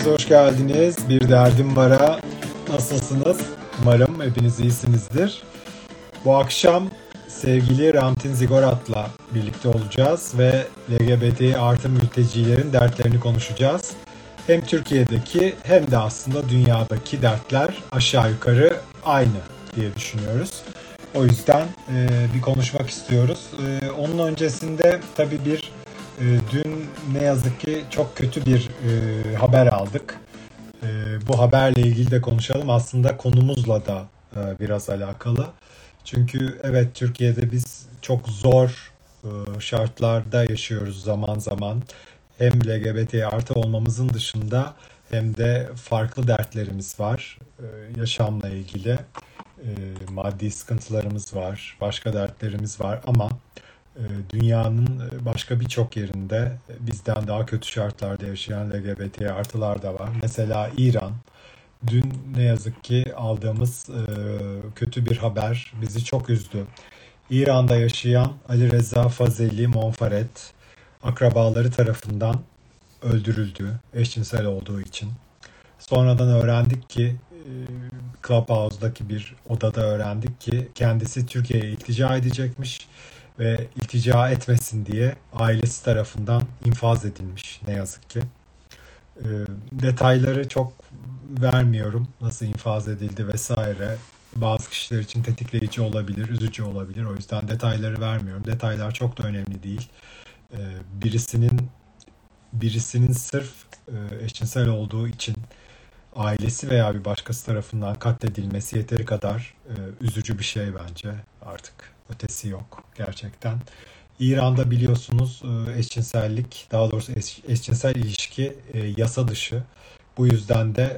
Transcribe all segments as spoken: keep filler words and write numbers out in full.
hepiniz hoş geldiniz. Bir Derdim Var'a nasılsınız? Umarım hepiniz iyisinizdir. Bu akşam sevgili Ramtin Zigorat'la birlikte olacağız ve L G B T artı mültecilerin dertlerini konuşacağız. Hem Türkiye'deki hem de aslında dünyadaki dertler aşağı yukarı aynı diye düşünüyoruz. O yüzden e, bir konuşmak istiyoruz. E, onun öncesinde tabii bir e, dün ne yazık ki çok kötü bir e, haber aldık. E, bu haberle ilgili de konuşalım. Aslında konumuzla da e, biraz alakalı. Çünkü evet, Türkiye'de biz çok zor e, şartlarda yaşıyoruz zaman zaman. Hem L G B T artı olmamızın dışında hem de farklı dertlerimiz var e, yaşamla ilgili. E, maddi sıkıntılarımız var, başka dertlerimiz var ama e, dünyanın başka birçok yerinde bizden daha kötü şartlarda yaşayan L G B T artılar da var. Mesela İran. Dün ne yazık ki aldığımız e, kötü bir haber bizi çok üzdü. İran'da yaşayan Ali Reza Fazeli Monfaret akrabaları tarafından öldürüldü eşcinsel olduğu için. Sonradan öğrendik ki e, Clubhouse'daki bir odada öğrendik ki kendisi Türkiye'ye iltica edecekmiş ve iltica etmesin diye ailesi tarafından infaz edilmiş ne yazık ki. E, detayları çok vermiyorum, nasıl infaz edildi vesaire. Bazı kişiler için tetikleyici olabilir, üzücü olabilir. O yüzden detayları vermiyorum. Detaylar çok da önemli değil. E, birisinin birisinin sırf e, eşcinsel olduğu için ailesi veya bir başkası tarafından katledilmesi yeteri kadar e, üzücü bir şey bence. Artık ötesi yok gerçekten. İran'da biliyorsunuz e, eşcinsellik, daha doğrusu eş, eşcinsel ilişki e, yasa dışı. Bu yüzden de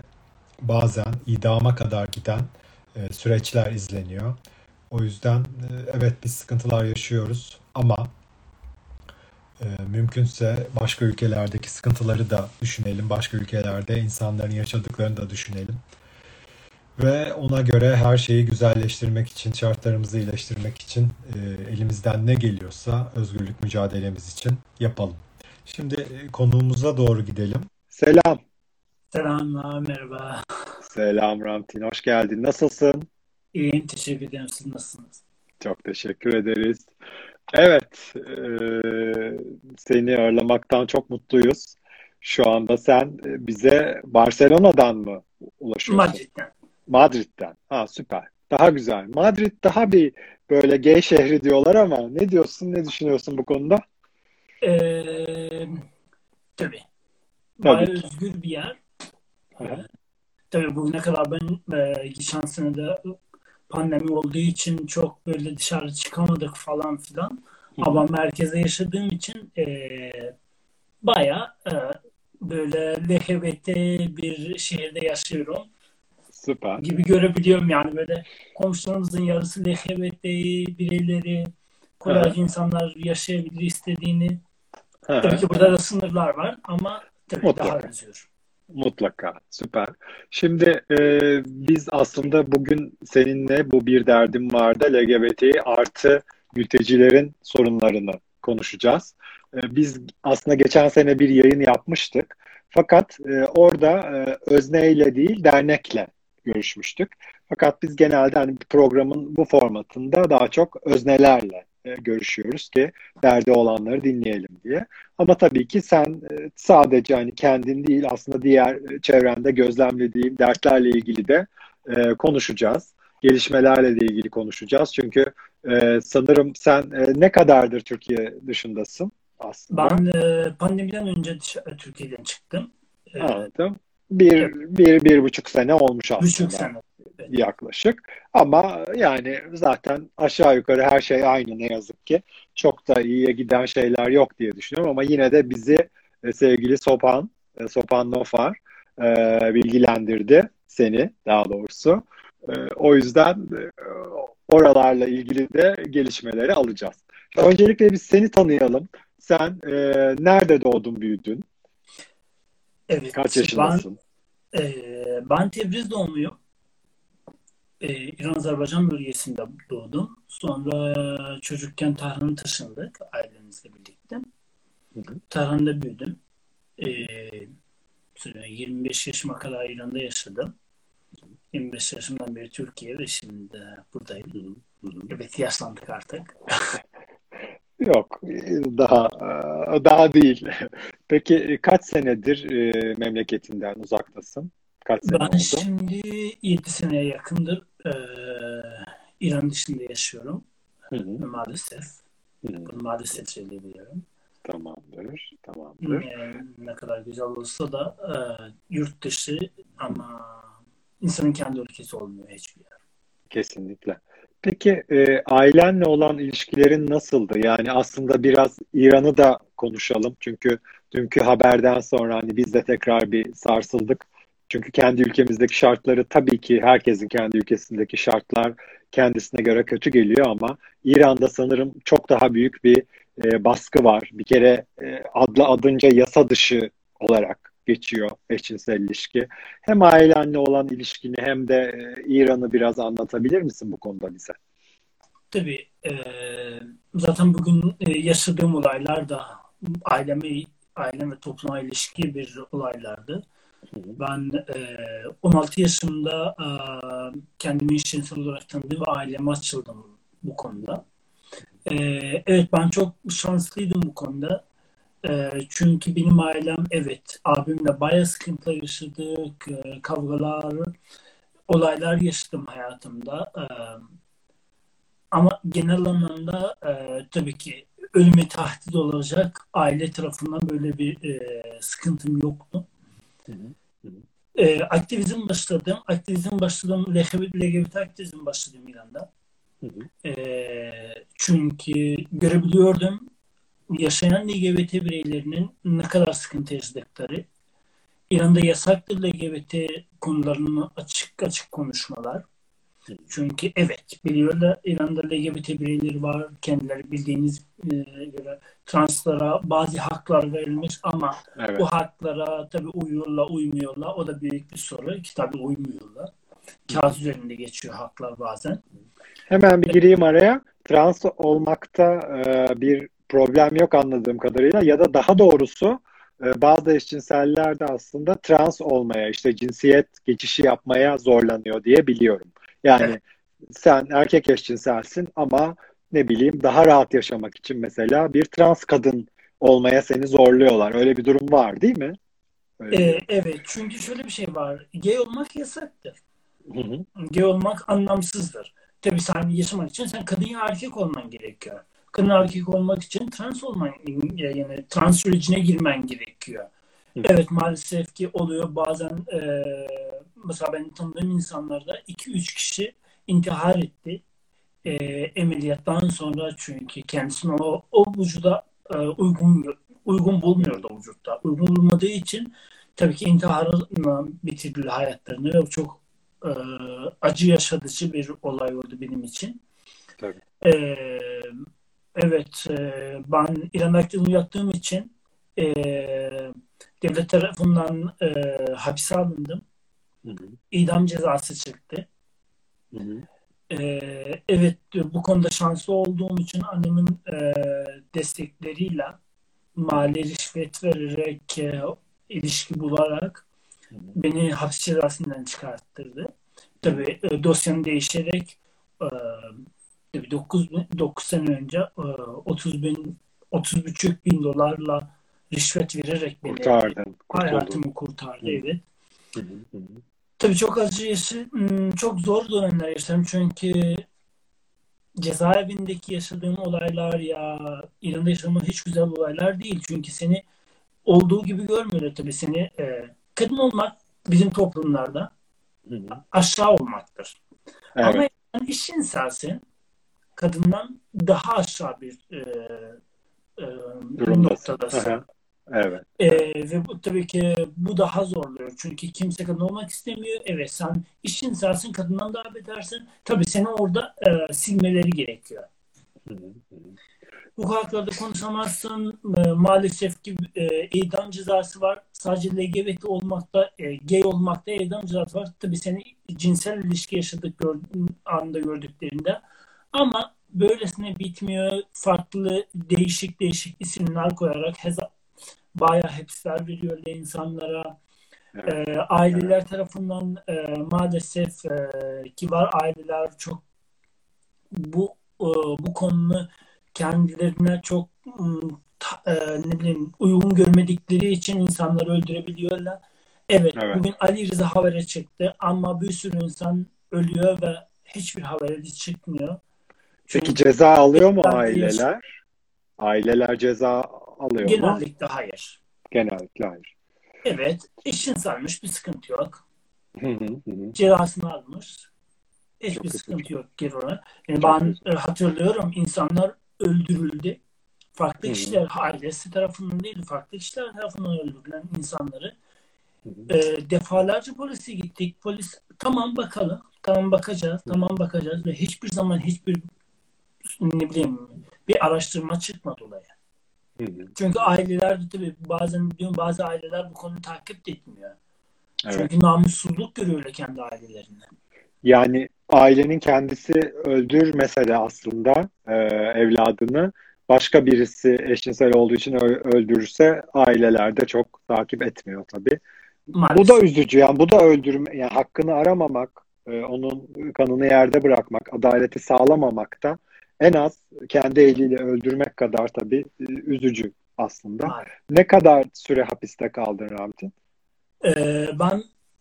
bazen idama kadar giden e, süreçler izleniyor. O yüzden e, evet, biz sıkıntılar yaşıyoruz ama e, mümkünse başka ülkelerdeki sıkıntıları da düşünelim. Başka ülkelerde insanların yaşadıklarını da düşünelim. Ve ona göre her şeyi güzelleştirmek için, şartlarımızı iyileştirmek için e, elimizden ne geliyorsa özgürlük mücadelemiz için yapalım. Şimdi e, konuğumuza doğru gidelim. Selam. Selamlar, merhaba. Selam Ramtin, hoş geldin. Nasılsın? İyiyim, teşekkür ederim. Siz nasılsınız? Çok teşekkür ederiz. Evet, eee, seni ağırlamaktan çok mutluyuz. Şu anda sen e, bize Barcelona'dan mı ulaşıyorsun? Madrid'den. Madrid'den. Ha, süper. Daha güzel. Madrid daha bir böyle gay şehri diyorlar ama ne diyorsun, ne düşünüyorsun bu konuda? Ee, tabii. Tabii Bayağı ki. özgür bir yer. Hı Ee, hı. tabii bugüne kadar ben e, geçen sene de pandemi olduğu için çok böyle dışarı çıkamadık falan filan. Hı hı. Ama merkezde yaşadığım için e, bayağı e, böyle L G B T bir şehirde yaşıyorum Süper. gibi görebiliyorum yani böyle komşularımızın yarısı L G B T bireyleri, Hı hı. kolaj insanlar yaşayabilir istediğini. Hı Tabii hı. ki burada da sınırlar var ama tabii daha Mutlaka. özgür. Mutlaka. Süper. Şimdi e, biz aslında bugün seninle bu bir derdim vardı L G B T artı mültecilerin sorunlarını konuşacağız. E, biz aslında geçen sene bir yayın yapmıştık. Fakat e, orada e, özneyle değil dernekle görüşmüştük. Fakat biz genelde hani programın bu formatında daha çok öznelerle e, görüşüyoruz ki derdi olanları dinleyelim diye. Ama tabii ki sen e, sadece hani kendin değil aslında diğer e, çevrende gözlemlediğin dertlerle ilgili de e, konuşacağız. Gelişmelerle de ilgili konuşacağız. Çünkü e, sanırım sen e, ne kadardır Türkiye dışındasın aslında? Ben e, pandemiden önce dışarı, Türkiye'den çıktım. E, Anladım. Bir, evet, bir, bir buçuk sene olmuş buçuk aslında sene. Evet. yaklaşık. Ama yani zaten aşağı yukarı her şey aynı ne yazık ki. Çok da iyiye giden şeyler yok diye düşünüyorum ama yine de bizi e, sevgili Sopan, e, Sopan Nofar e, bilgilendirdi seni daha doğrusu. E, o yüzden e, oralarla ilgili de gelişmeleri alacağız. Öncelikle biz seni tanıyalım. Sen e, nerede doğdun, büyüdün? Kaç Evet, ben yaşındasın? e, ben Tebriz doğumluyum. E, İran-Azerbaycan bölgesinde doğdum. Sonra çocukken Tahran'a taşındık ailemizle birlikte. Hı hı. Tahran'da büyüdüm. E, süre. yirmi beş yaşıma kadar İran'da yaşadım. yirmi beş yaşımdan beri Türkiye ve şimdi buradayım. Hı hı. Evet, yaşlandık artık. Yok, daha daha değil. Peki kaç senedir e, memleketinden uzaktasın? Kaç sene Ben oldu? şimdi yedi seneye yakındır e, İran dışında yaşıyorum Hı hı. maalesef. Hı hı. Bunu maalesef söyleyebiliyorum. Tamamdır, tamamdır. Ne, ne kadar güzel olsa da e, yurt dışı ama insanın kendi ülkesi olmuyor hiçbir yer. Kesinlikle. Peki e, ailenle olan ilişkilerin nasıldı? Yani aslında biraz İran'ı da konuşalım. Çünkü dünkü haberden sonra hani biz de tekrar bir sarsıldık. Çünkü kendi ülkemizdeki şartları tabii ki herkesin kendi ülkesindeki şartlar kendisine göre kötü geliyor ama İran'da sanırım çok daha büyük bir e, baskı var. Bir kere e, adlı adınca yasa dışı olarak geçiyor eşcinsel ilişki. Hem ailenle olan ilişkini hem de e, İran'ı biraz anlatabilir misin bu konuda bize? Tabii e, zaten bugün e, yaşadığım olaylar da aileme, ailem ve topluma ilişki bir olaylardı. Hı hı. Ben e, on altı yaşımda e, kendimi eşcinsel olarak tanıdım ve aileme açıldım bu konuda. E, evet, ben çok şanslıydım bu konuda. E, çünkü benim ailem, evet, abimle bayağı sıkıntı yaşadık, e, kavgalar, olaylar yaşadım hayatımda. E, ama genel anlamda e, tabii ki ölüme tahdit olacak aile tarafından böyle bir e, sıkıntım yoktu. Hı hı. Hı hı. E, aktivizm başladım. Aktivizm başladım. L G B T aktivizm başladım İran'da. Hı hı. E, çünkü görebiliyordum yaşayan L G B T bireylerinin ne kadar sıkıntı yaşadıkları. İran'da yasaktır L G B T konularını açık açık konuşmalar. Çünkü evet, biliyorlar İran'da L G B T bireyleri var. Kendileri bildiğiniz e, göre translara bazı haklar verilmiş ama Evet. bu haklara tabii uyuyorlar, uymuyorlar. O da büyük bir soru ki tabii uymuyorlar. Kağıt üzerinde geçiyor haklar bazen. Hemen bir gireyim araya. Trans olmakta e, bir problem yok anladığım kadarıyla ya da daha doğrusu e, bazı eşcinseller de aslında trans olmaya, işte cinsiyet geçişi yapmaya zorlanıyor diye biliyorum. Yani sen erkek eşcinselsin ama ne bileyim daha rahat yaşamak için mesela bir trans kadın olmaya seni zorluyorlar. Öyle bir durum var değil mi? Öyle E, diyorum. evet, çünkü şöyle bir şey var. Gay olmak yasaktır. Hı hı. Gay olmak anlamsızdır. Tabii sen yaşamak için sen kadın ya erkek olman gerekiyor. Kadın erkek olmak için trans olman, yani trans sürecine girmen gerekiyor. Hı. Evet, maalesef ki oluyor bazen. E, mesela benim tanıdığım insanlarda iki üç kişi intihar etti e, ameliyattan sonra, çünkü kendisini o, o vücuda e, uygun uygun bulmuyordu vücutta. Uygun bulmadığı için tabii ki intiharla bitirdiler hayatlarını ve çok e, acı yaşatıcı bir olay oldu benim için. Tabii. E, evet, e, ben İran'da aktivizm yaptığım için e, devlet tarafından e, hapse alındım. Hı hı. İdam cezası çıktı. Hı hı. Ee, evet, bu konuda şanslı olduğum için annemin e, destekleriyle mali rişvet vererek e, ilişki bularak beni hapis cezasından çıkarttırdı. Tabii e, dosyanın değişerek e, tabii dokuz, dokuz sene önce e, otuz bin otuz buçuk bin dolarla rişvet vererek beni Kurtardın, kurtuldun. hayatımı kurtardı. Hı. Evet. Hı hı. Hı hı. Tabii çok acı yaşı, çok zor dönemler yaşadım çünkü cezaevindeki yaşadığım olaylar ya İran'da yaşadığım hiç güzel olaylar değil. Çünkü seni olduğu gibi görmüyorlar tabii seni. E, kadın olmak bizim toplumlarda Hı hı. aşağı olmaktır. Ama Evet. yani eşcinselsin, kadından daha aşağı bir e, e, Durumdasın. noktadasın. Aha. Evet. E, Evet. ve bu, tabii ki bu daha zorluyor. Çünkü kimse kadın olmak istemiyor. Evet, sen eşcinselsin, kadından daha betersin. Tabii seni orada e, silmeleri gerekiyor. Hı hı. Hı hı. Bu haklarda konuşamazsın. E, maalesef ki e, idam cezası var. Sadece L G B T olmakta, e, gay olmakta idam cezası var. Tabii seni cinsel ilişki yaşadık gör, anda gördüklerinde. Ama böylesine bitmiyor. Farklı değişik değişik isimler koyarak heza, bayağı hapsler veriyorlar insanlara. Evet. E, aileler tarafından e, maalesef e, ki var aileler çok bu e, bu konuyu kendilerine çok ım, ta- e, ne bileyim uygun görmedikleri için insanları öldürebiliyorlar. Evet, Evet. bugün Ali Rıza habere çıktı ama bir sürü insan ölüyor ve hiçbir habere de çıkmıyor. Peki Çünkü ceza alıyor mu genelde yaş- aileler? Aileler ceza alıyor mu? genellikle hayır. Genellikle hayır. Evet, eşin sarmış bir sıkıntı yok. Hı hı hı. hı. Cezasını almış. Hiçbir Çok üzücü. sıkıntı yok geri olarak. Yani Çok ben e, üzücü. hatırlıyorum insanlar öldürüldü. Farklı Hı hı kişiler, ailesi tarafından değil, farklı kişiler tarafından öldürülen insanları hı hı. e, defalarca polise gittik. Polis tamam bakalım, tamam bakacağız, Hı tamam bakacağız ve hiçbir zaman hiçbir ne bileyim bir araştırma çıkmadı olaya. hı hı. Çünkü aileler de tabii bazen diyorum bazı aileler bu konuyu takip de etmiyor. Evet. Çünkü namussuzluk görüyorlar kendi ailelerine. Yani ailenin kendisi öldürmese de aslında e, evladını başka birisi eşcinsel olduğu için ö- öldürürse aileler de çok takip etmiyor tabii. Bu da Maalesef. üzücü yani bu da öldürme yani hakkını aramamak, e, onun kanını yerde bırakmak, adaleti sağlamamak da en az kendi eliyle öldürmek kadar tabii e, üzücü aslında. Maalesef. Ne kadar süre hapiste kaldın Ramtin? Ee, ben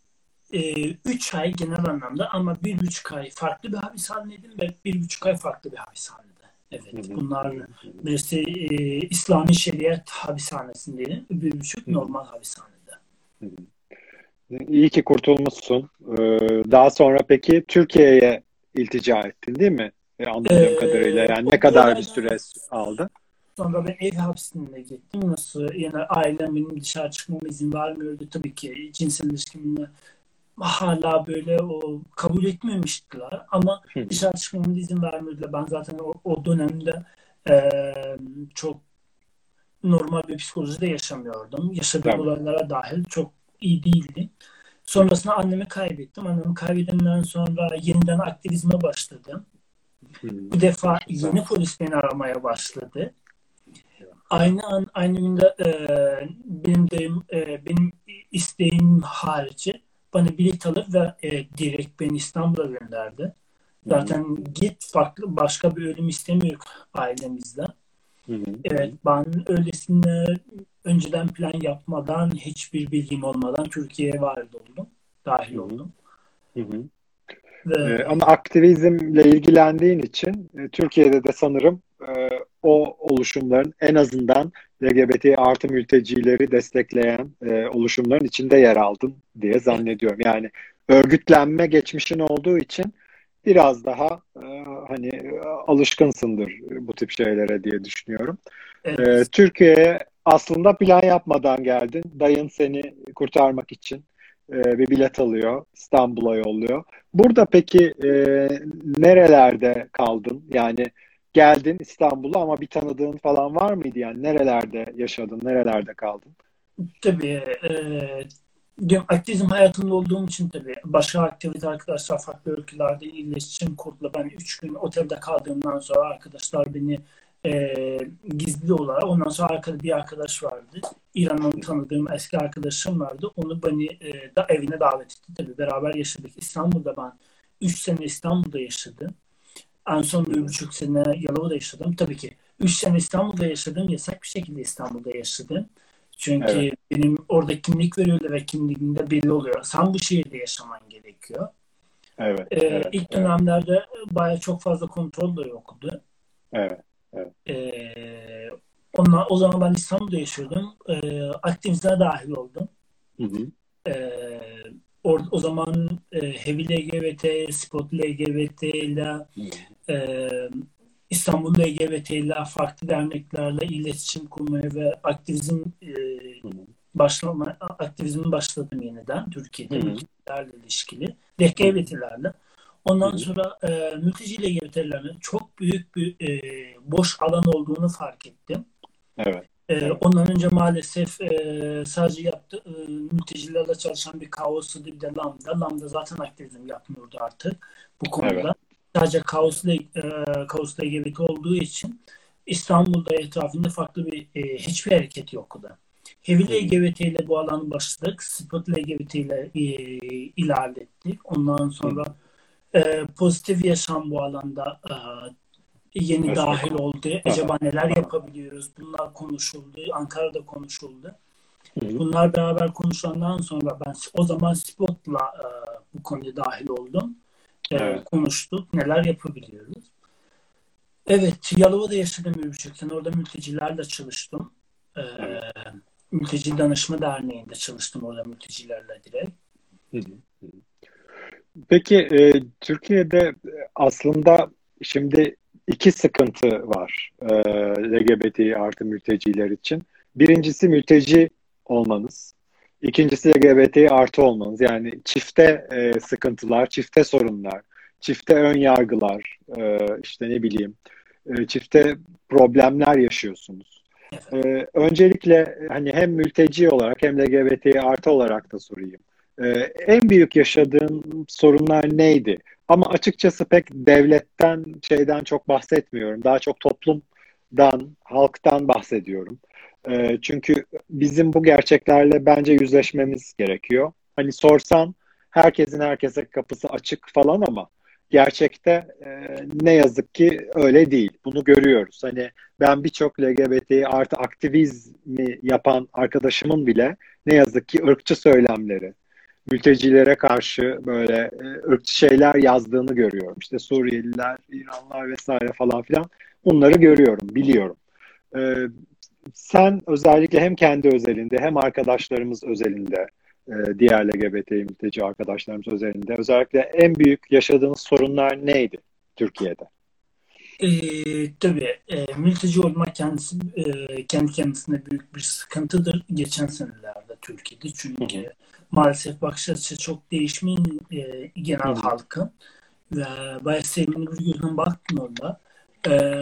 e, üç ay genel anlamda ama bir buçuk ay farklı bir hapishanedeydim ve bir buçuk ay farklı bir hapishanede. Hı Evet. hı, Bunlar hı hı, birisi e, İslami Şeriat hapishanesindeydim. Bir buçuk hı hı, normal hapishanede. hı hı. İyi ki kurtulmuşsun. Ee, daha sonra peki Türkiye'ye iltica ettin değil mi? E, anladığım kadarıyla. Ee, Yani ne o bu kadar bir olaydan süre aldı? sonra ben ev hapsine gittim. Nasıl? Yani ailem benim dışarı çıkmama izin vermiyordu. Tabii ki cinsel ilişkimle hala böyle o kabul etmemiştiler ama Hı hı, dışarı çıkmama izin vermediler. Ben zaten o, o dönemde e, çok normal bir psikolojide yaşamıyordum. Yaşadığım tabii. olaylara dahil çok iyi değildim. Sonrasında annemi kaybettim. Annemi kaybettiğimden sonra yeniden aktivizme başladım. Hı hı, Bu defa başımıza. yeni polis beni aramaya başladı. Aynı an aynı günde e, benim de e, benim isteğim harici bana bilet alıp ve e, direkt beni İstanbul'a gönderdi. Hı hı, Zaten git farklı başka bir ölüm istemiyor ailemizden. hı hı, hı Evet hı, ben öylesine önceden plan yapmadan hiçbir bilgim olmadan Türkiye'ye vardı oldum. Dahil hı hı, oldum. hı hı. Ve Ee, ama aktivizmle ilgilendiğin için e, Türkiye'de de sanırım e, o oluşumların en azından L G B T artı mültecileri destekleyen e, oluşumların içinde yer aldın diye evet, zannediyorum. Yani örgütlenme geçmişin olduğu için biraz daha e, hani e, alışkınsındır bu tip şeylere diye düşünüyorum. E, evet. Türkiye'ye aslında plan yapmadan geldin. Dayın seni kurtarmak için e, bir bilet alıyor, İstanbul'a yolluyor. Burada peki e, nerelerde kaldın? Yani geldin İstanbul'a ama bir tanıdığın falan var mıydı? Yani nerelerde yaşadın, nerelerde kaldın? Tabii e, diyorum, aktivizm hayatında olduğum için tabii başka aktivite arkadaşlar farklı ülkelerde iletişim kurdular. Ben üç gün otelde kaldığımdan sonra arkadaşlar beni e, gizli olarak ondan sonra arkada bir arkadaş vardı. İran'dan tanıdığım eski arkadaşım vardı. Onu beni e, da evine davet etti. Tabii beraber yaşadık. İstanbul'da ben üç sene İstanbul'da yaşadım. En son Hı bir hı, buçuk sene Yalova'da yaşadım. Tabii ki üç sene İstanbul'da yaşadım. Yasak bir şekilde İstanbul'da yaşadım. evet, Çünkü benim orada kimlik veriyorlar ve kimliğinde belli oluyor. Sen bu şehirde yaşaman gerekiyor. evet, Ee, evet, ilk evet, dönemlerde bayağı çok fazla kontrol da yoktu. evet, evet. Ee, ondan, o zaman ben İstanbul'da yaşıyordum. Ee, aktivizme dahil oldum. Hı hı, Ee, or, o zaman e, Heavy L G B T, Spot L G B T ile hı e, İstanbul L G B T ile farklı derneklerle iletişim kurmaya ve aktivizm e, hı, başlama, aktivizmi başladım yeniden hı Türkiye'de hı, mültecilerle ilişkili. hı hı, L G B T'lerle. hı Ondan hı. sonra e, mülteci L G B T'lerin çok büyük bir e, boş alan olduğunu fark ettim. Evet, E, evet. ondan önce maalesef e, sadece yaptı, e, mültecilerle çalışan bir kaosu bir de Lambda. Lambda zaten aktivizm yapmıyordu artık bu Evet. konuda. Sadece kaos, e, kaos L G B T olduğu için İstanbul'da etrafında farklı bir e, hiçbir hareket yoktu. Heavy Hı hı. L G B T ile bu alanı başladık. Spot L G B T ile e, ilerlettik. Ondan Hı hı. sonra e, pozitif yaşam bu alanda e, yeni Destek dahil ol. oldu. Aha, Acaba neler aha. yapabiliyoruz? Bunlar konuşuldu. Ankara'da konuşuldu. Hı hı. Bunlar beraber konuşulandan sonra ben o zaman Spot'la e, bu konuya dahil oldum. E, Evet, konuştuk. Neler yapabiliyoruz? Evet, Yalova'da yaşadım bir buçuk sene. Orada mültecilerle çalıştım. E, evet. Mülteci Danışma Derneği'nde çalıştım orada mültecilerle direkt. Hı hı. Hı hı. Peki e, Türkiye'de e, aslında şimdi iki sıkıntı var e, L G B T artı mülteciler için. Birincisi mülteci olmanız. İkincisi L G B T artı olmanız. Yani çifte e, sıkıntılar, çifte sorunlar, çifte ön yargılar, e, işte ne bileyim, e, çifte problemler yaşıyorsunuz. Evet. E, öncelikle hani hem mülteci olarak hem L G B T artı olarak da sorayım. Ee, en büyük yaşadığın sorunlar neydi? Ama açıkçası pek devletten, şeyden çok bahsetmiyorum. Daha çok toplumdan, halktan bahsediyorum. Ee, çünkü bizim bu gerçeklerle bence yüzleşmemiz gerekiyor. Hani sorsan herkesin herkese kapısı açık falan ama gerçekte e, ne yazık ki öyle değil. Bunu görüyoruz. Hani ben birçok L G B T artı aktivizmi yapan arkadaşımın bile ne yazık ki ırkçı söylemleri, mültecilere karşı böyle e, ırkçı şeyler yazdığını görüyorum. İşte Suriyeliler, İranlılar vesaire falan filan. Bunları görüyorum, biliyorum. Ee, Sen özellikle hem kendi özelinde hem arkadaşlarımız özelinde, e, diğer L G B T mülteci arkadaşlarımız özelinde özellikle en büyük yaşadığınız sorunlar neydi Türkiye'de? Ee, tabii e, mülteci olmak kendisi e, kendi kendisine büyük bir sıkıntıdır geçen senelerde Türkiye'de. Hı hı, Çünkü maalesef bakış açısı çok değişmeyin e, hı genel hı, halkın ve bayağı sevimli bir gözden baktığında e,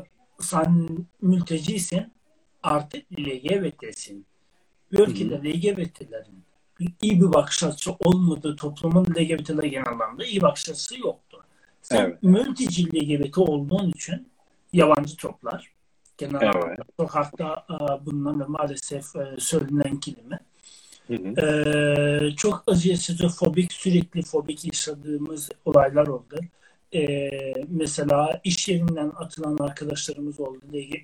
sen mültecisin artık L G B T'sin. Bir hı hı. ülkede L G B T'lerin iyi bir bakış açısı olmadığı toplumun L G B T'lere genel anlamda iyi bakış açısı yoktu. Sen Evet, mülteci L G B T olduğun için yabancı toplar genel evet. anlamda sokakta e, bulunan ve maalesef e, söylenen kelime. Hı hı, E, çok acı fobik, sürekli fobik yaşadığımız olaylar oldu. E, mesela iş yerinden atılan arkadaşlarımız oldu.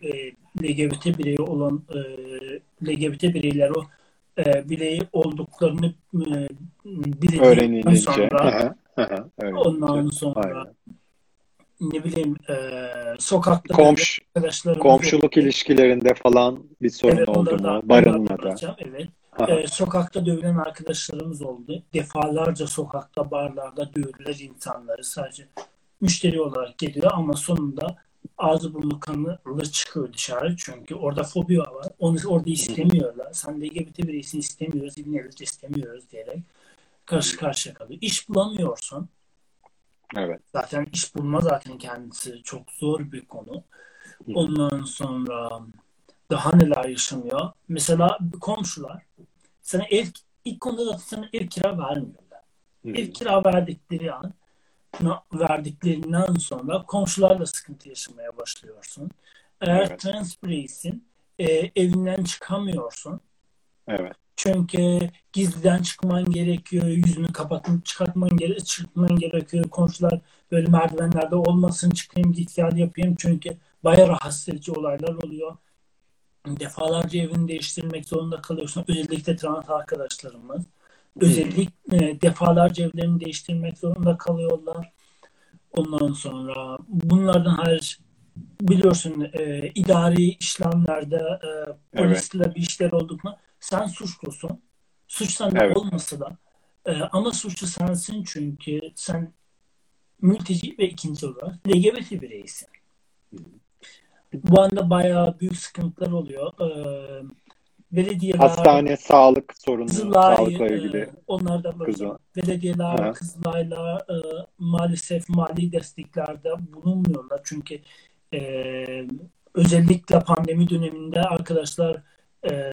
L G B T bireyi olan e, L G B T bireyler o e, bireyi olduklarını e, bilindikten öğrenilince, hı sonra hı, hı hı, öğrenince, ondan sonra aynen. ne bileyim e, sokakta dövülen Komş, arkadaşlarımız komşuluk oldu. ilişkilerinde falan bir sorun Evet, oldu onları da mu? onları da Barınmada. anlatacağım. Evet. Hı hı, Ee, sokakta dövülen arkadaşlarımız oldu. Defalarca sokakta, barlarda dövdüler insanları. Sadece müşteri olarak geliyor ama sonunda ağzı burnu kanlı çıkıyor dışarı. Çünkü orada fobi var. Onu orada hı hı, istemiyorlar. Sen L G B T bireysini istemiyoruz, İbni istemiyoruz diyerek hı karşı hı. karşıya kalıyor. İş bulamıyorsun. Evet. Zaten iş bulma zaten kendisi çok zor bir konu. Hı hı, Ondan sonra daha neler yaşanıyor? Mesela komşular sana ev, ilk konuda da sana ev kira vermiyorlar. hı Ev hı. kira verdikleri an verdiklerinden sonra komşularla sıkıntı yaşamaya başlıyorsun. Eğer Evet, trans bireysin e, evinden çıkamıyorsun. evet. Çünkü gizliden çıkman gerekiyor, yüzünü kapatıp çıkartman gere çıkman gerekiyor. Komşular böyle merdivenlerde olmasın, çıkayım git gel yapayım. Çünkü bayağı rahatsız edici olaylar oluyor. Defalarca evini değiştirmek zorunda kalıyorsun. Özellikle trans arkadaşlarımız. Hı hı, Özellikle defalarca evlerini değiştirmek zorunda kalıyorlar. Ondan sonra bunlardan hariç biliyorsun e, idari işlemlerde e, evet, polisle bir işler oldukça sen suçlusun. Suç sende evet. olmasa da e, ama suçlu sensin çünkü sen mülteci ve ikinci olarak L G B T bireysin. Hı hı. Bu anda bayağı büyük sıkıntılar oluyor. E, belediyeler Hastane, sağlık sorunu, Kızılay, sağlıkla e, ilgili onlardan kızı. bakacağım. Belediyeler, Aha, Kızılay'la e, maalesef mali desteklerde bulunmuyorlar. Çünkü e, özellikle pandemi döneminde arkadaşlar e,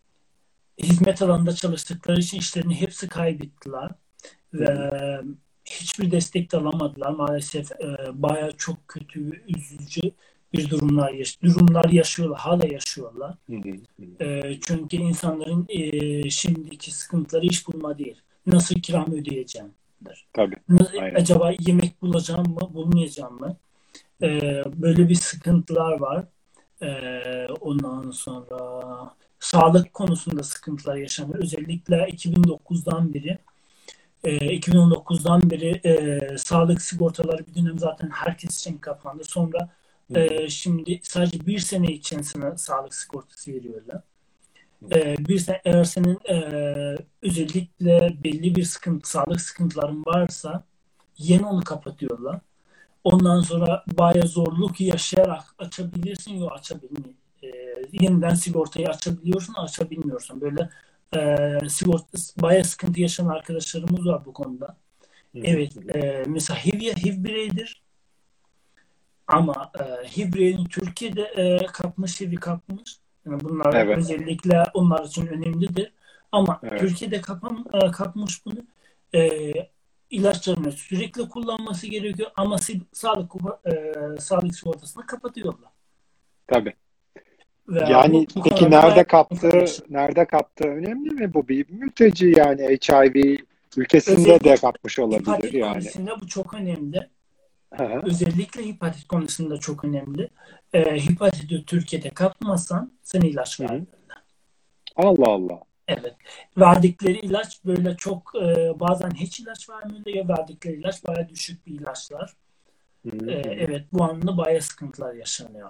hizmet alanında çalıştıkları için işlerini hepsi kaybettiler. hı hı, Ve hiçbir destek de alamadılar. Maalesef e, bayağı çok kötü, üzücü bir durumlar yaş durumlar yaşıyorlar, hala yaşıyorlar. Hı hı, hı. E, çünkü insanların e, şimdiki sıkıntıları iş bulma değil. Nasıl kiramı ödeyeceğimdir. Tabii, Nasıl, aynen. acaba yemek bulacağım mı, bulmayacağım mı? Hı hı, E, böyle bir sıkıntılar var. E, ondan sonra sağlık konusunda sıkıntılar yaşanıyor. Özellikle iki bin dokuzdan beri e, iki bin on dokuzdan beri e, sağlık sigortaları bir dönem zaten herkes için kapandı. Sonra hı hı, e, şimdi sadece bir sene için sana sağlık sigortası veriyorlar. hı E, bir sene, eğer senin e, özellikle belli bir sıkıntı, sağlık sıkıntıların varsa yeni onu kapatıyorlar. Ondan sonra bayağı zorluk yaşayarak açabilirsin, yok açabilmiyorsun. E, yeniden sigortayı açabiliyorsun, açabilmiyorsun. Böyle e, sigorta bayağı sıkıntı yaşayan arkadaşlarımız var bu konuda. hı, Evet, hı hı. e, mesela H I V, H I V bireydir ama e, H I V bireyin Türkiye'de e, kapmış, H I V'i kapmış. Yani bunlar Evet, özellikle onlar için önemlidir. Ama evet. Türkiye'de kapan, e, kapmış bunu e, ilaçlarını sürekli kullanması gerekiyor ama si- sağlık e, sağlık sigortasını kapatıyorlar. Tabii. Ve bu, Yani bu peki konularda bayağı nerede sıkıntılar kaptığı, yaşanıyor. nerede kaptığı önemli mi? Bu bir mülteci, yani H I V ülkesinde de Özellikle kapmış olabilir hepatit yani. konusunda bu çok önemli. Hı hı. Özellikle hepatit konusunda çok önemli. E, hepatiti Türkiye'de kapmazsan sana ilaç Hı hı. vermiyorlar. Allah Allah. Evet. Verdikleri ilaç böyle çok e, bazen hiç ilaç vermiyorlar ya verdikleri ilaç bayağı düşük bir ilaçlar. Hı hı, E, hı hı. evet bu anlamda bayağı sıkıntılar yaşanıyor.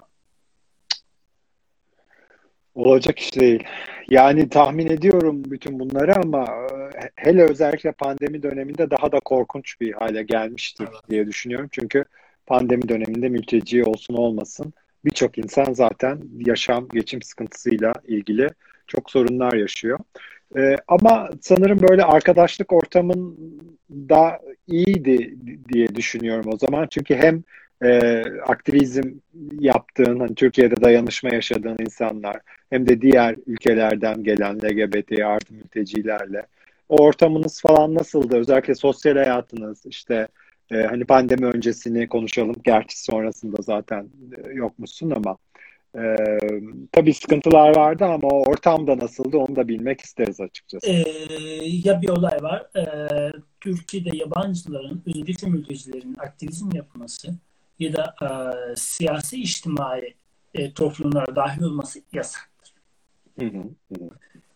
Olacak iş değil. Yani tahmin ediyorum bütün bunları ama e, hele özellikle pandemi döneminde daha da korkunç bir hale gelmiştir Evet. diye düşünüyorum. Çünkü pandemi döneminde mülteci olsun olmasın birçok insan zaten yaşam, geçim sıkıntısıyla ilgili çok sorunlar yaşıyor. E, ama sanırım böyle arkadaşlık ortamın da iyiydi diye düşünüyorum o zaman. Çünkü hem e, aktivizm yaptığın, hani Türkiye'de dayanışma yaşadığın insanlar hem de diğer ülkelerden gelen L G B T artı mültecilerle. O ortamınız falan nasıldı? Özellikle sosyal hayatınız, işte e, hani pandemi öncesini konuşalım. Gerçi sonrasında zaten e, yokmuşsun ama e, tabii sıkıntılar vardı ama o ortamda nasıldı onu da bilmek isteriz açıkçası. E, ya bir olay var. E, Türkiye'de yabancıların özellikle mültecilerin aktivizm yapması ya da e, siyasi içtimai e, toplumlara dahil olması yasak. Hı hı, hı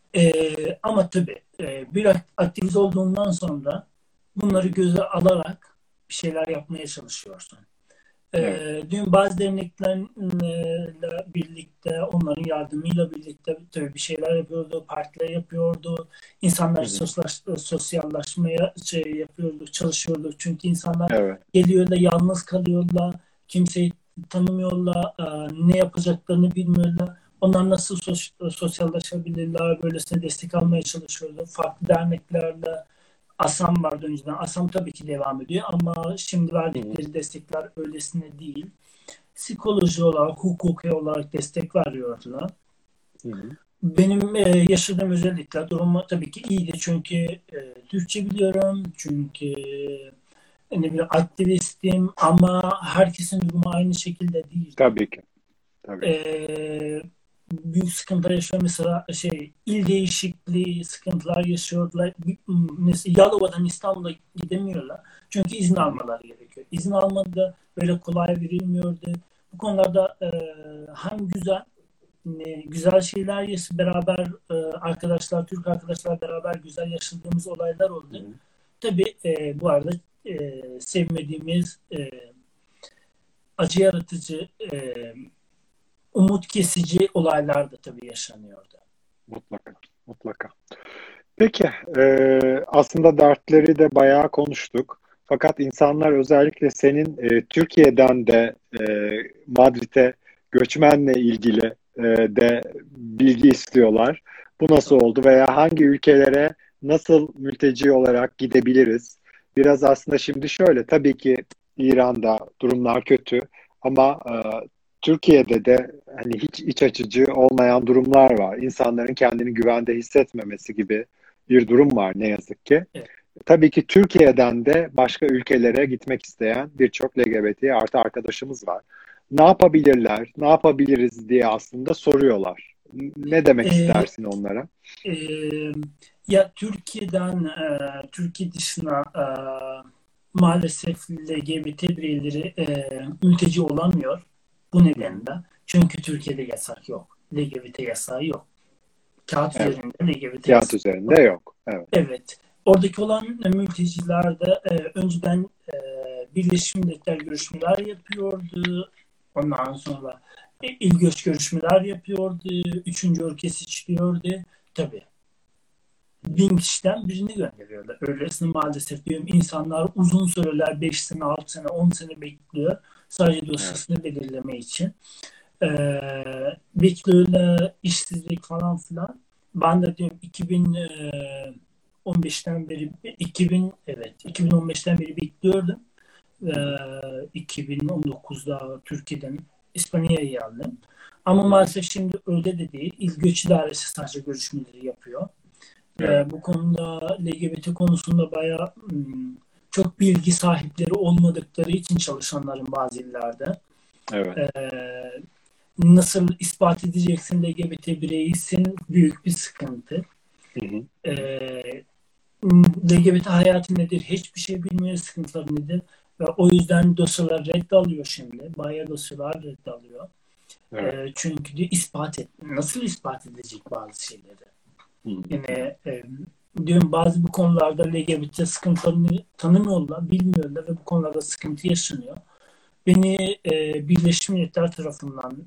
Ee, ama tabii e, bir aktivist olduğundan sonra bunları hı. göze alarak bir şeyler yapmaya çalışıyorsun. Evet. Ee, dün bazı derneklerle birlikte, onların yardımıyla birlikte tabii bir şeyler yapıyordu, partiler yapıyordu, Hı insanlar hı. sosyalaş, sosyallaşmaya şey yapıyordu, çalışıyordu. Çünkü insanlar Evet. geliyor da yalnız kalıyorlar, kimseyi tanımıyorlar, e, ne yapacaklarını bilmiyorlar. Onlar nasıl sos sosyallaşabilirler, böylesine destek almaya çalışıyordu. Farklı derneklerle, ASAM vardı önceden. ASAM tabii ki devam ediyor ama şimdi Hı hı. verdikleri destekler öylesine değil. Psikoloji olarak, hukuki olarak destek veriyorlar. Hı hı. Benim e, yaşadığım özellikle durumu tabii ki iyiydi çünkü e, Türkçe biliyorum, çünkü e, ne bileyim aktivistim ama herkesin durumu aynı şekilde değildi. Tabii ki. Tabii ki. E, büyük sıkıntılar yaşıyor. Mesela şey il değişikliği sıkıntılar yaşıyorlar. Mesela Yalova'dan İstanbul'a gidemiyorlar. Çünkü izin Hı hı. almaları gerekiyor. İzin almadı böyle kolay verilmiyordu. Bu konularda e, hem güzel e, güzel şeyler yaşı beraber e, arkadaşlar, Türk arkadaşlar beraber güzel yaşadığımız olaylar Hı oldu. hı. Tabii e, bu arada e, sevmediğimiz e, acı yaratıcı e, umut kesici olaylar da tabii yaşanıyordu. Mutlaka. Mutlaka. Peki, e, aslında dertleri de bayağı konuştuk. Fakat insanlar özellikle senin e, Türkiye'den de e, Madrid'e göçmenle ilgili e, de bilgi istiyorlar. Bu nasıl oldu veya hangi ülkelere nasıl mülteci olarak gidebiliriz? Biraz aslında şimdi şöyle, tabii ki İran'da durumlar kötü ama e, Türkiye'de de hani hiç iç açıcı olmayan durumlar var. İnsanların kendini güvende hissetmemesi gibi bir durum var ne yazık ki. Evet. Tabii ki Türkiye'den de başka ülkelere gitmek isteyen birçok L G B T artı arkadaşımız var. ne yapabilirler, ne yapabiliriz diye aslında soruyorlar. Ne demek Ee, istersin onlara? e, Ya Türkiye'den e, Türkiye dışına e, maalesef L G B T bireyleri e, mülteci olamıyor bu Hı hı. nedenle. Çünkü Türkiye'de yasak yok. L G B T yasağı yok. Kağıt Evet. üzerinde L G B T Kağıt yasağı üzerinde yok. yok. Evet. Evet. Oradaki olan mülteciler de e, önceden e, Birleşmiş Milletler görüşmeler yapıyordu. Ondan sonra e, il göç görüşmeler yapıyordu. Üçüncü ülke seçiliyordu. Tabii bin kişiden birini gönderiyorlar. Öylesine maalesef diyorum insanlar uzun süreler beş sene, altı sene, on sene bekliyor. Sadece Evet. dosyasını belirleme için. Ee, Bekliyorlar, işsizlik falan filan. Ben de diyorum iki bin on beşten beri iki bin evet iki bin on beşten beri bekliyordum. Ee, Hı hı. iki bin on dokuzda Türkiye'den İspanya'ya geldim. Ama Hı hı. maalesef şimdi öyle de değil. İl Göç İdaresi sadece görüşmeleri yapıyor. Evet. Ve bu konuda L G B T konusunda bayağı hmm, çok bilgi sahipleri olmadıkları için çalışanların bazı illerde Evet. ee, nasıl ispat edeceksin L G B T bireysin büyük bir sıkıntı. Hı hı. Ee, L G B T hayatı nedir? Hiçbir şey bilmiyor, sıkıntıları nedir? Ve o yüzden dosyalar reddalıyor şimdi. Bayağı dosyalar reddalıyor. Evet. Ee, çünkü de ispat et. Nasıl ispat edecek bazı şeyleri? Hı hı. Yani e, diyorum bazı bu konularda L G B T sıkıntılarını tanımıyorlar, bilmiyorlar ve bu konularda sıkıntı yaşanıyor. Beni e, Birleşmiş Milletler tarafından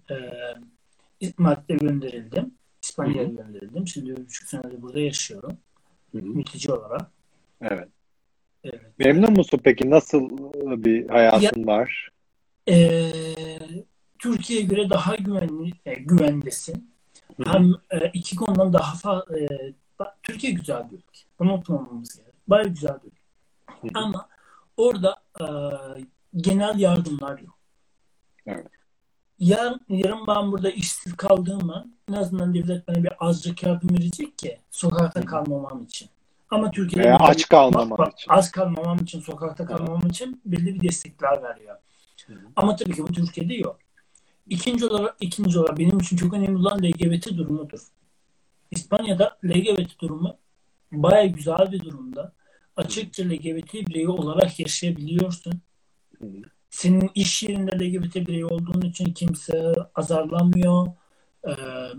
e, madde gönderildim. Hı İspanya'ya hı. gönderildim. Şimdi bir buçuk senedir burada yaşıyorum. Hı hı. Mülteci olarak. Evet. Evet. Memnun musun peki? Nasıl bir Ya hayatın var? e, Türkiye'ye göre daha güvenli, e, güvendesin. Hı hı. Hem e, iki konudan daha fazla e, Türkiye güzel bir ülke. Bunu unutmamamız gerekiyor. Bayağı güzel bir ülke. Hı hı. Ama orada e, genel yardımlar yok. Evet. Yarın, yarın ben burada işsiz kaldığımı en azından devlet bana bir azıcık yardım verecek ki Hı sokakta hı. kalmamam için. Ama Türkiye'de Veya böyle aç bir bak, kalmaman bak, için. az kalmamam için, sokakta Evet. kalmamam için belli bir destekler veriyor. Hı hı. Ama tabii ki bu Türkiye'de yok. İkinci olarak, ikinci olarak benim için çok önemli olan L G B T durumudur. İspanya'da L G B T durumu baya güzel bir durumda. Hı hı. Açıkça L G B T bireyi olarak yaşayabiliyorsun. Hı hı. Senin iş yerinde L G B T bireyi olduğun için kimse azarlamıyor. Ee,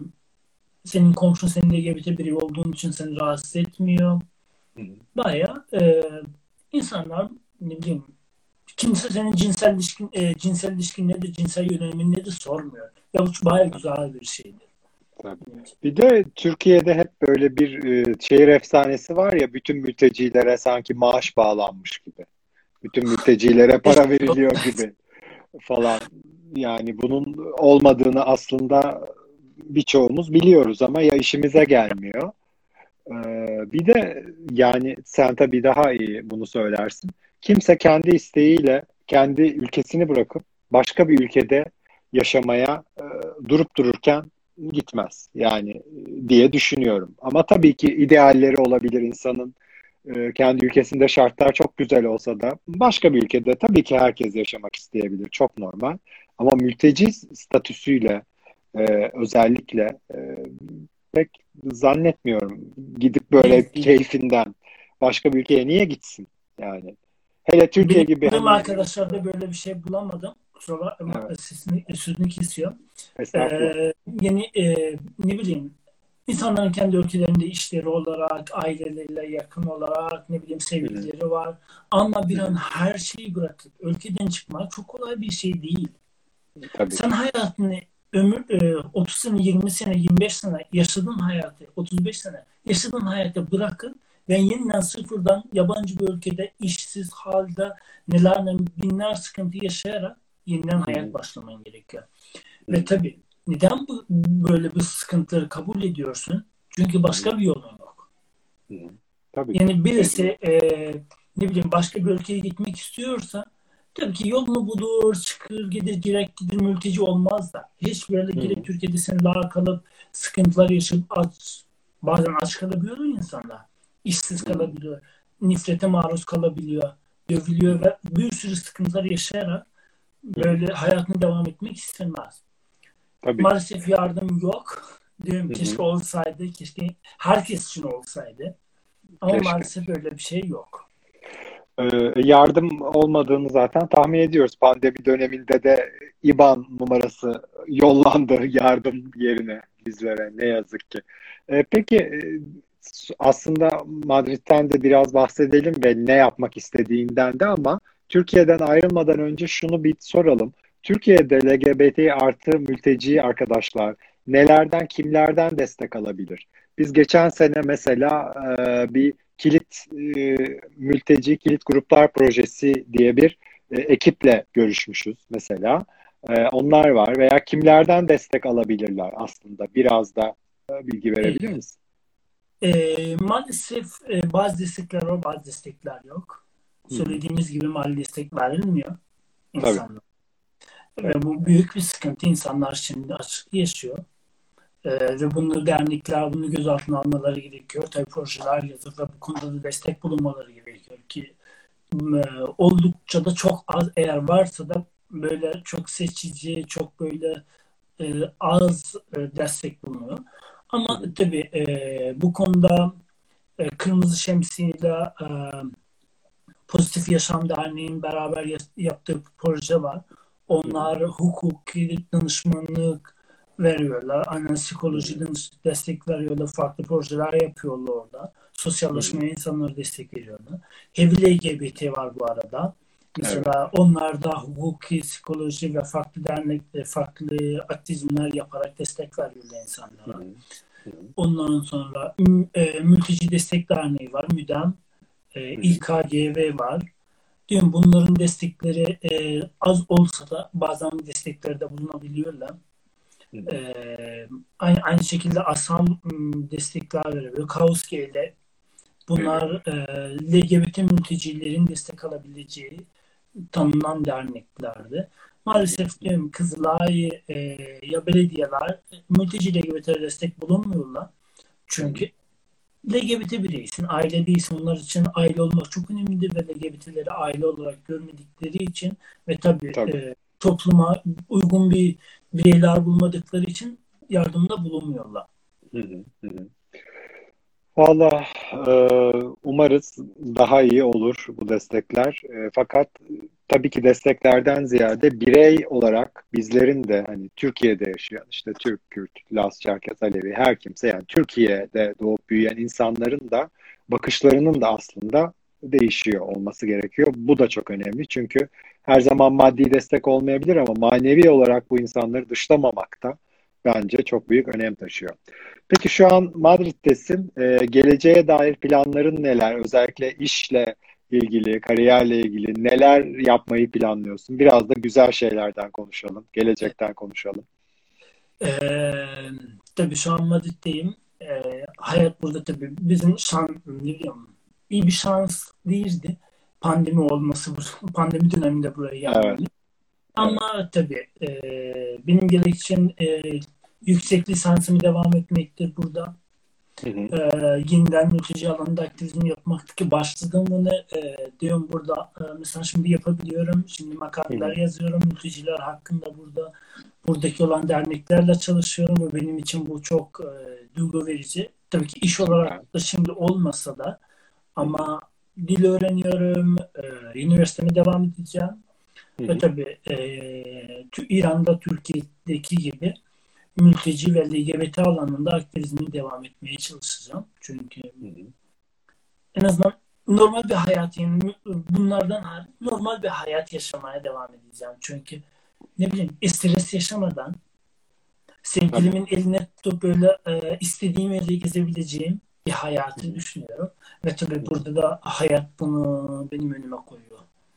Senin komşun senin L G B T bireyi olduğun için seni rahatsız etmiyor. Hı hı. Baya e, insanlar ne bileyim kimse senin cinsel ilişkin, e, cinsel ilişkin nedir, cinsel yönelimin nedir sormuyor. Ya bu baya Tabii, güzel bir şeydir. tabii. Bir de Türkiye'de hep böyle bir e, şehir efsanesi var ya, bütün mültecilere sanki maaş bağlanmış gibi. Bütün mültecilere para veriliyor gibi falan. Yani bunun olmadığını aslında birçoğumuz biliyoruz ama ya işimize gelmiyor. Ee, bir de yani sen tabii daha iyi bunu söylersin. Kimse kendi isteğiyle kendi ülkesini bırakıp başka bir ülkede yaşamaya e, durup dururken gitmez. Yani e, diye düşünüyorum. Ama tabii ki idealleri olabilir insanın. E, kendi ülkesinde şartlar çok güzel olsa da başka bir ülkede tabii ki herkes yaşamak isteyebilir. Çok normal. Ama mülteci statüsüyle e, özellikle e, pek zannetmiyorum. Gidip böyle Değil, değil. keyfinden başka bir ülkeye niye gitsin? Yani hele Türkiye Benim gibi tanıdığım hani arkadaşlarda böyle bir şey bulamadım. Kusura bakma, evet, sesini, sözünü kesiyor. estağfurullah. Ee, yeni e, ne bileyim insanların kendi ülkelerinde işleri olarak, aileleriyle yakın olarak ne bileyim Hı hı, sevgilileri var. Ama hı bir an hı. her şeyi bırakıp ülkeden çıkmak çok kolay bir şey değil. Tabii Sen ki. hayatını ömür e, otuz sene, yirmi sene, yirmi beş sene yaşadığın hayatı, otuz beş sene yaşadığın hayatı bırakın ve yeniden sıfırdan yabancı bir ülkede işsiz halde neler ne binler sıkıntı yaşayarak yeniden Hı hayat hı, başlaman gerekiyor. hı Ve hı, tabii neden bu, böyle bir sıkıntıları kabul ediyorsun? Çünkü hı hı, başka bir yolun yok. hı hı. Tabii ki. Yani birisi Mecbur. e, ne bileyim başka bir ülkeye gitmek istiyorsa tabii ki yolunu bulur, çıkır, gider, direkt gider mülteci olmaz da. Hiç böyle Hı girip hı, Türkiye'de sınırlara kalıp sıkıntılar yaşayıp aç, bazen aç kalabiliyor insanlar. İşsiz hı hı, kalabiliyor, nifrete maruz kalabiliyor, hı dövülüyor hı. ve bir sürü sıkıntılar yaşayarak böyle hayatını devam etmek istemez. Tabii. Maalesef yardım yok. Diyorum Hı hı. keşke olsaydı, keşke herkes için olsaydı. Ama Keşke. maalesef öyle bir şey yok. Ee, yardım olmadığını zaten tahmin ediyoruz. Pandemi döneminde de I B A N numarası yollandı yardım yerine bizlere ne yazık ki. Ee, peki e, aslında Madrid'den de biraz bahsedelim ve ne yapmak istediğinden de ama Türkiye'den ayrılmadan önce şunu bir soralım. Türkiye'de L G B T artı mülteci arkadaşlar nelerden, kimlerden destek alabilir? Biz geçen sene mesela e, bir kilit e, mülteci kilit gruplar projesi diye bir e, ekiple görüşmüşüz mesela. E, onlar var veya kimlerden destek alabilirler aslında? Biraz da e, bilgi verebilir E, misin? e, maalesef e, bazı destekler var, bazı destekler yok. Hı hı. Söylediğimiz gibi mali destek verilmiyor Tabii. insanlara. Ve bu büyük bir sıkıntı. İnsanlar şimdi açık yaşıyor. Ee, ve bunu dernekler bunu göz altına almaları gerekiyor. Tabii projeler yazıp ve bu konuda da destek bulunmaları gerekiyor ki e, oldukça da çok az eğer varsa da böyle çok seçici, çok böyle e, az e, destek bulunuyor. Hı Ama hı. tabii e, bu konuda e, Kırmızı Şemsiye'yle e, Pozitif Yaşam Derneği'nin beraber ya- yaptığı bir proje var. Hı hı. Onlar hukuki danışmanlık veriyorlar. Aynen Hı psikoloji hı. danış- destek veriyorlar. Farklı projeler yapıyorlar orada. Hı hı. Sosyalleşmeye insanlara destek veriyorlar. H I V L G B T var bu arada. Evet. Mesela onlar da hukuki, psikoloji ve farklı dernek, farklı aktivizmler yaparak destek veriyorlar Hı insanlara. hı. Hı hı. Ondan sonra m- e, Mülteci Destek Derneği var, MÜDEM, e, Hı hı. İ K G V var. Diyorum bunların destekleri e, az olsa da bazen destekleri de bulunabiliyorlar. Hı hı. E, aynı, aynı şekilde ASAM m, destekler verebiliyor. Kauske ile bunlar Veriyorlar. e, L G B T mültecilerin destek alabileceği tanınan derneklerdi. Hı hı. Maalesef diyorum Kızılay e, ya belediyeler mülteci L G B T'ye destek bulunmuyorlar. Hı hı. Çünkü L G B T bireysin, aile değilsin. Onlar için aile olmak çok önemlidir ve L G B T'leri aile olarak görmedikleri için ve tabii Tabii. e, topluma uygun bir bireyler bulmadıkları için yardımda bulunmuyorlar. Hı hı. Hı hı. Valla e, umarız daha iyi olur bu destekler. E, fakat tabii ki desteklerden ziyade birey olarak bizlerin de hani Türkiye'de yaşayan işte Türk, Kürt, Laz, Çerkez, Alevi her kimse yani Türkiye'de doğup büyüyen insanların da bakışlarının da aslında değişiyor olması gerekiyor. Bu da çok önemli çünkü her zaman maddi destek olmayabilir ama manevi olarak bu insanları dışlamamak da bence çok büyük önem taşıyor. Peki şu an Madrid'desin. Ee, geleceğe dair planların neler? Özellikle işle ilgili, kariyerle ilgili neler yapmayı planlıyorsun? Biraz da güzel şeylerden konuşalım, gelecekten konuşalım. Ee, tabii şu an Madrid'deyim. Ee, hayat burada tabii bizim şans, ne bileyim, iyi bir şans değildi. Pandemi olması, bu pandemi döneminde buraya Evet, gelmemiz. evet. Ama tabii e, benim gelecek için e, yüksek lisansımı devam etmektir burada. Hı hı, E, yeniden mülteci alanında aktivizm yapmaktır ki başladım bunu. E, diyorum burada e, mesela şimdi yapabiliyorum. Şimdi hı hı. makaleler yazıyorum. Mülteciler hakkında burada. Buradaki olan derneklerle çalışıyorum ve benim için bu çok e, duygu verici. Tabii ki iş Süper. olarak da şimdi olmasa da Hı hı, ama dil öğreniyorum. E, üniversiteme devam edeceğim. hı Ve hı, tabii e, İran'da Türkiye'deki gibi mülteci ve L G B T alanında aktivizmi devam etmeye çalışacağım. Çünkü hı hı. en azından normal bir hayat yani bunlardan hariç normal bir hayat yaşamaya devam edeceğim. Çünkü ne bileyim stres yaşamadan Tabii. sevgilimin eline tutup böyle e, istediğim yerde gezebileceğim bir Hı hayatı hı, düşünüyorum. Ve hı tabii hı. burada da hayat bunu benim önüme koyuyor.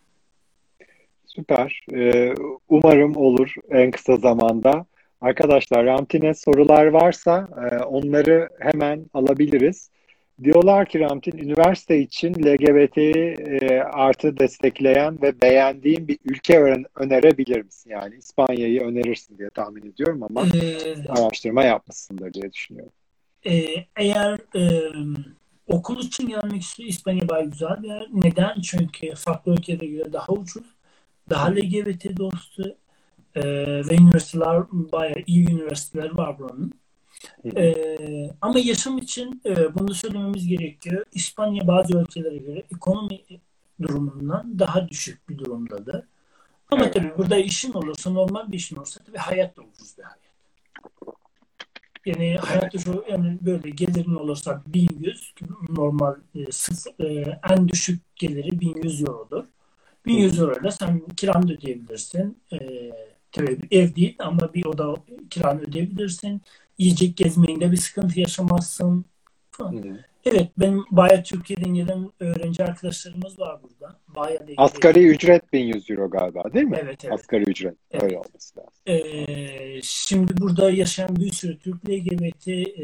Süper. Ee, umarım olur en kısa zamanda. Arkadaşlar, Ramtin'e sorular varsa e, onları hemen alabiliriz. Diyorlar ki Ramtin, üniversite için L G B T'yi e, artı destekleyen ve beğendiğin bir ülke öne- önerebilir misin? Yani İspanya'yı önerirsin diye tahmin ediyorum ama E, araştırma yapmışsındır diye düşünüyorum. Ee, eğer e, okul için gelmek istiyor İspanya bayağı güzel bir yer. Neden? Çünkü farklı ülkelere göre daha ucuz. daha L G B T dostu e, ve üniversiteler, bayağı iyi üniversiteler var buranın. E, ama yaşam için e, bunu söylememiz gerekiyor. İspanya bazı ülkelere göre ekonomi durumundan daha düşük bir durumdadır. Ama Evet. tabii burada işin olursa, normal bir işin olursa tabii hayat da ucuz bir hayat. Yani hayatta şu, yani böyle gelirin olursa bin yüz, normal e, sıfır, e, en düşük geliri bin yüz eurodur. bin yüz euro ile sen kiranı ödeyebilirsin. E, tabii bir ev değil ama bir oda kiranı ödeyebilirsin. Yiyecek gezmeyinde bir sıkıntı yaşamazsın falan. Hı. Evet, benim bayağı Türkiye'den gelen öğrenci arkadaşlarımız var burada. Bayağı da Asgari ücret bin yüz euro galiba, değil mi? Evet, evet. Asgari ücret. Evet. Öyle olması lazım. Ee, şimdi burada yaşayan bir sürü Türk L G B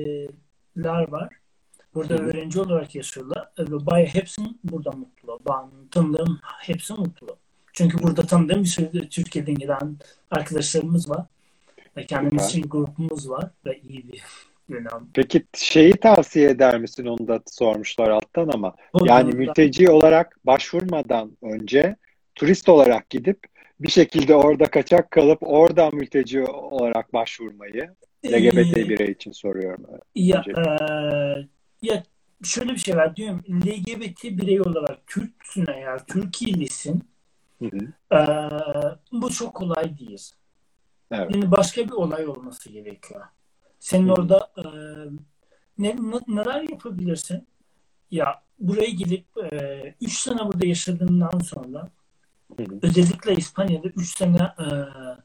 T'ler var. Burada Hı hı. öğrenci olarak yaşıyorlar. Ve bayağı hepsi burada mutlu. Ben tanıdığım hepsi mutlu. Çünkü burada tanıdığım bir sürü Türkiye'den gelen arkadaşlarımız var. Ve kendimiz Süper. için grubumuz var. Ve iyi bir dönem. Peki şeyi tavsiye eder misin? Onu da sormuşlar alttan ama. Yani Burada- mülteci olarak başvurmadan önce turist olarak gidip bir şekilde orada kaçak kalıp oradan mülteci olarak başvurmayı L G B T Ee, birey için soruyorum. Ya, öncelikle. eee, ya şöyle bir şey var diyorum. L G B T birey olarak Türksün, eğer Türkiye'lisin, Hı hı. eee, bu çok kolay değil. Evet. Yani başka bir olay olması gerekiyor. Senin Hı hı. orada eee, ne, ne- neler yapabilirsin? Ya buraya gelip üç sene burada yaşadığından sonra, Hı hı. özellikle İspanya'da üç sene eee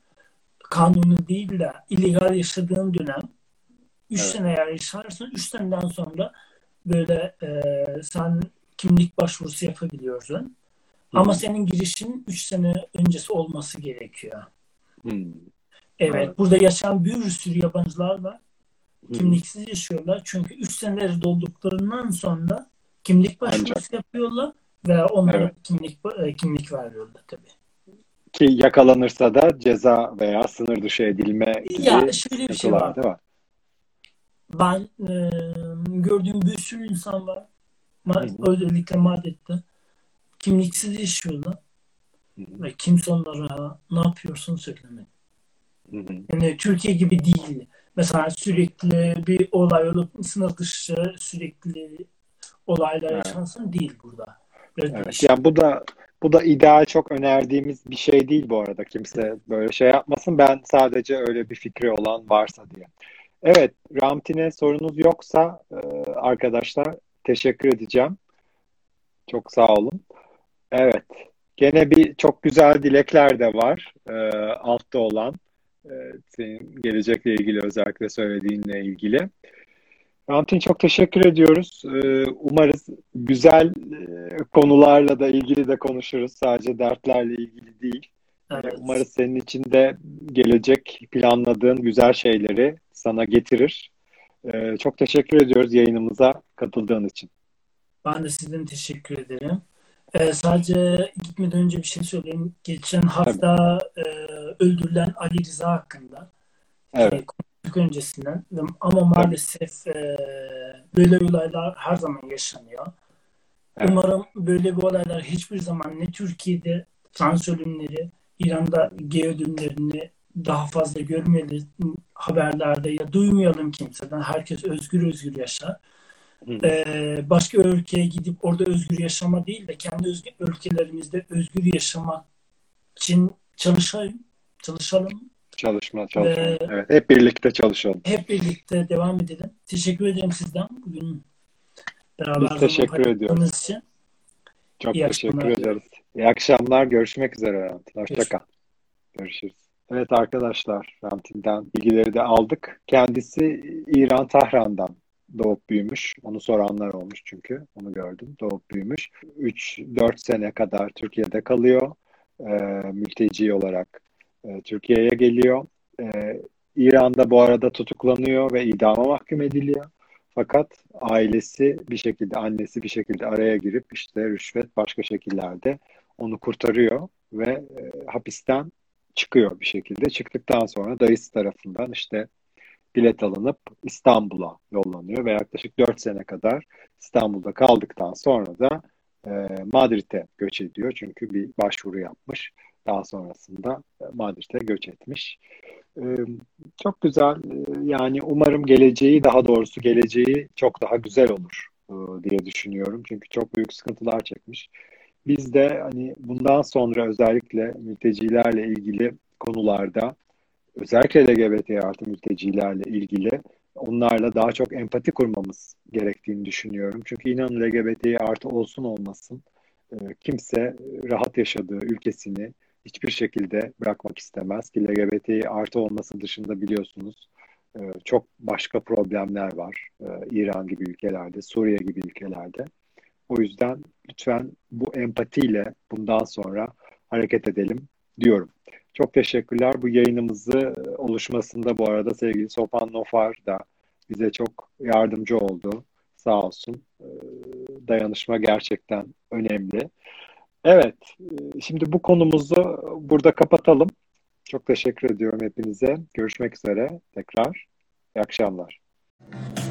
kanuni değil de illegal yaşadığın dönem, üç Evet. sene eğer yaşarsın, üç seneden sonra böyle e, sen kimlik başvurusu yapabiliyorsun. Hı Ama hı. senin girişin üç sene öncesi olması gerekiyor. Hı. Evet, Evet. burada yaşayan bir sürü yabancılar var. Hı hı. Kimliksiz yaşıyorlar. Çünkü üç seneleri dolduklarından sonra kimlik başvurusu Ancak. yapıyorlar ve onlara Evet. kimlik e, kimlik veriyorlar tabii. Ki yakalanırsa da ceza veya sınır dışı edilme Ya gibi şöyle bir şey sıkıntılar var. da var. Ben e, gördüğüm bir sürü insan var. Hı Ma- hı. Özellikle Madrid'de kimliksiz yaşıyorlar. Hı hı. Ve kimse onlara ne yapıyorsun söylemedi. Hı hı. Yani Türkiye gibi değil. Mesela sürekli bir olay olup sınır dışı sürekli olaylar Evet. yaşansın değil burada. Biraz Evet. değişik. Yani bu da bu da ideal çok önerdiğimiz bir şey değil bu arada. Kimse böyle şey yapmasın. Ben sadece öyle bir fikri olan varsa diye. Evet, Ramtin'e sorunuz yoksa e, arkadaşlar teşekkür edeceğim. Çok sağ olun. Evet. Gene bir çok güzel dilekler de var e, altta olan. E, senin gelecekle ilgili özellikle söylediğinle ilgili. Ramtin çok teşekkür ediyoruz. E, umarız güzel e, konularla da ilgili de konuşuruz. Sadece dertlerle ilgili değil. E, Evet. umarız senin için de gelecek planladığın güzel şeyleri sana getirir. E, çok teşekkür ediyoruz yayınımıza katıldığın için. Ben de sizden teşekkür ederim. Ee, sadece gitmeden önce bir şey söyleyeyim. Geçen Tabii. hafta e, öldürülen Ali Rıza hakkında Evet. e, konuştuk öncesinden. Ama Tabii. maalesef e, böyle olaylar her zaman yaşanıyor. Evet. Umarım böyle bir olaylar hiçbir zaman, ne Türkiye'de trans ölümleri, İran'da gay ölümlerini daha fazla görmeyelim haberlerde, ya duymayalım kimseden. Herkes özgür özgür yaşar. Hı hı. Ee, başka ülkeye gidip orada özgür yaşama değil de kendi özgür, ülkelerimizde özgür yaşamak için çalışalım. Çalışalım. Çalışma, çalışma. Ve Evet, hep birlikte çalışalım. hep birlikte devam edelim. Teşekkür ederim sizden bugün beraber Biz zaman teşekkür ediyoruz. paylaştığınız için. Çok İyi teşekkür akşamlar. ederiz. İyi akşamlar. Görüşmek üzere Ramtin. Hoşça Görüşmek kal. Görüşürüz. Evet arkadaşlar, Ramtin'den bilgileri de aldık. Kendisi İran Tahran'dan doğup büyümüş. Onu soranlar olmuş çünkü. Onu gördüm. Doğup büyümüş. üç dört sene kadar Türkiye'de kalıyor. Ee, mülteci olarak e, Türkiye'ye geliyor. Ee, İran'da bu arada tutuklanıyor ve idama mahkum ediliyor. Fakat ailesi bir şekilde, annesi bir şekilde araya girip işte rüşvet başka şekillerde onu kurtarıyor ve e, hapisten çıkıyor bir şekilde. Çıktıktan sonra dayısı tarafından işte bilet alınıp İstanbul'a yollanıyor ve yaklaşık dört sene kadar İstanbul'da kaldıktan sonra da e, Madrid'e göç ediyor. Çünkü bir başvuru yapmış Daha sonrasında Madrid'e göç etmiş. Ee, Çok güzel. Ee, Yani umarım geleceği, daha doğrusu geleceği çok daha güzel olur e, diye düşünüyorum. Çünkü çok büyük sıkıntılar çekmiş. Biz de hani bundan sonra özellikle mültecilerle ilgili konularda, özellikle L G B T artı mültecilerle ilgili onlarla daha çok empati kurmamız gerektiğini düşünüyorum. Çünkü inanın L G B T artı olsun olmasın e, kimse rahat yaşadığı ülkesini hiçbir şekilde bırakmak istemez ki L G B T artı olması dışında biliyorsunuz e, çok başka problemler var. E, İran gibi ülkelerde, Suriye gibi ülkelerde. O yüzden lütfen bu empatiyle bundan sonra hareket edelim diyorum. Çok teşekkürler. Bu yayınımızı oluşmasında bu arada sevgili Sopan Nofar da bize çok yardımcı oldu. Sağ olsun. Ee, Dayanışma gerçekten önemli. Evet, e, şimdi bu konumuzu burada kapatalım. Çok teşekkür ediyorum hepinize. Görüşmek üzere tekrar. İyi akşamlar.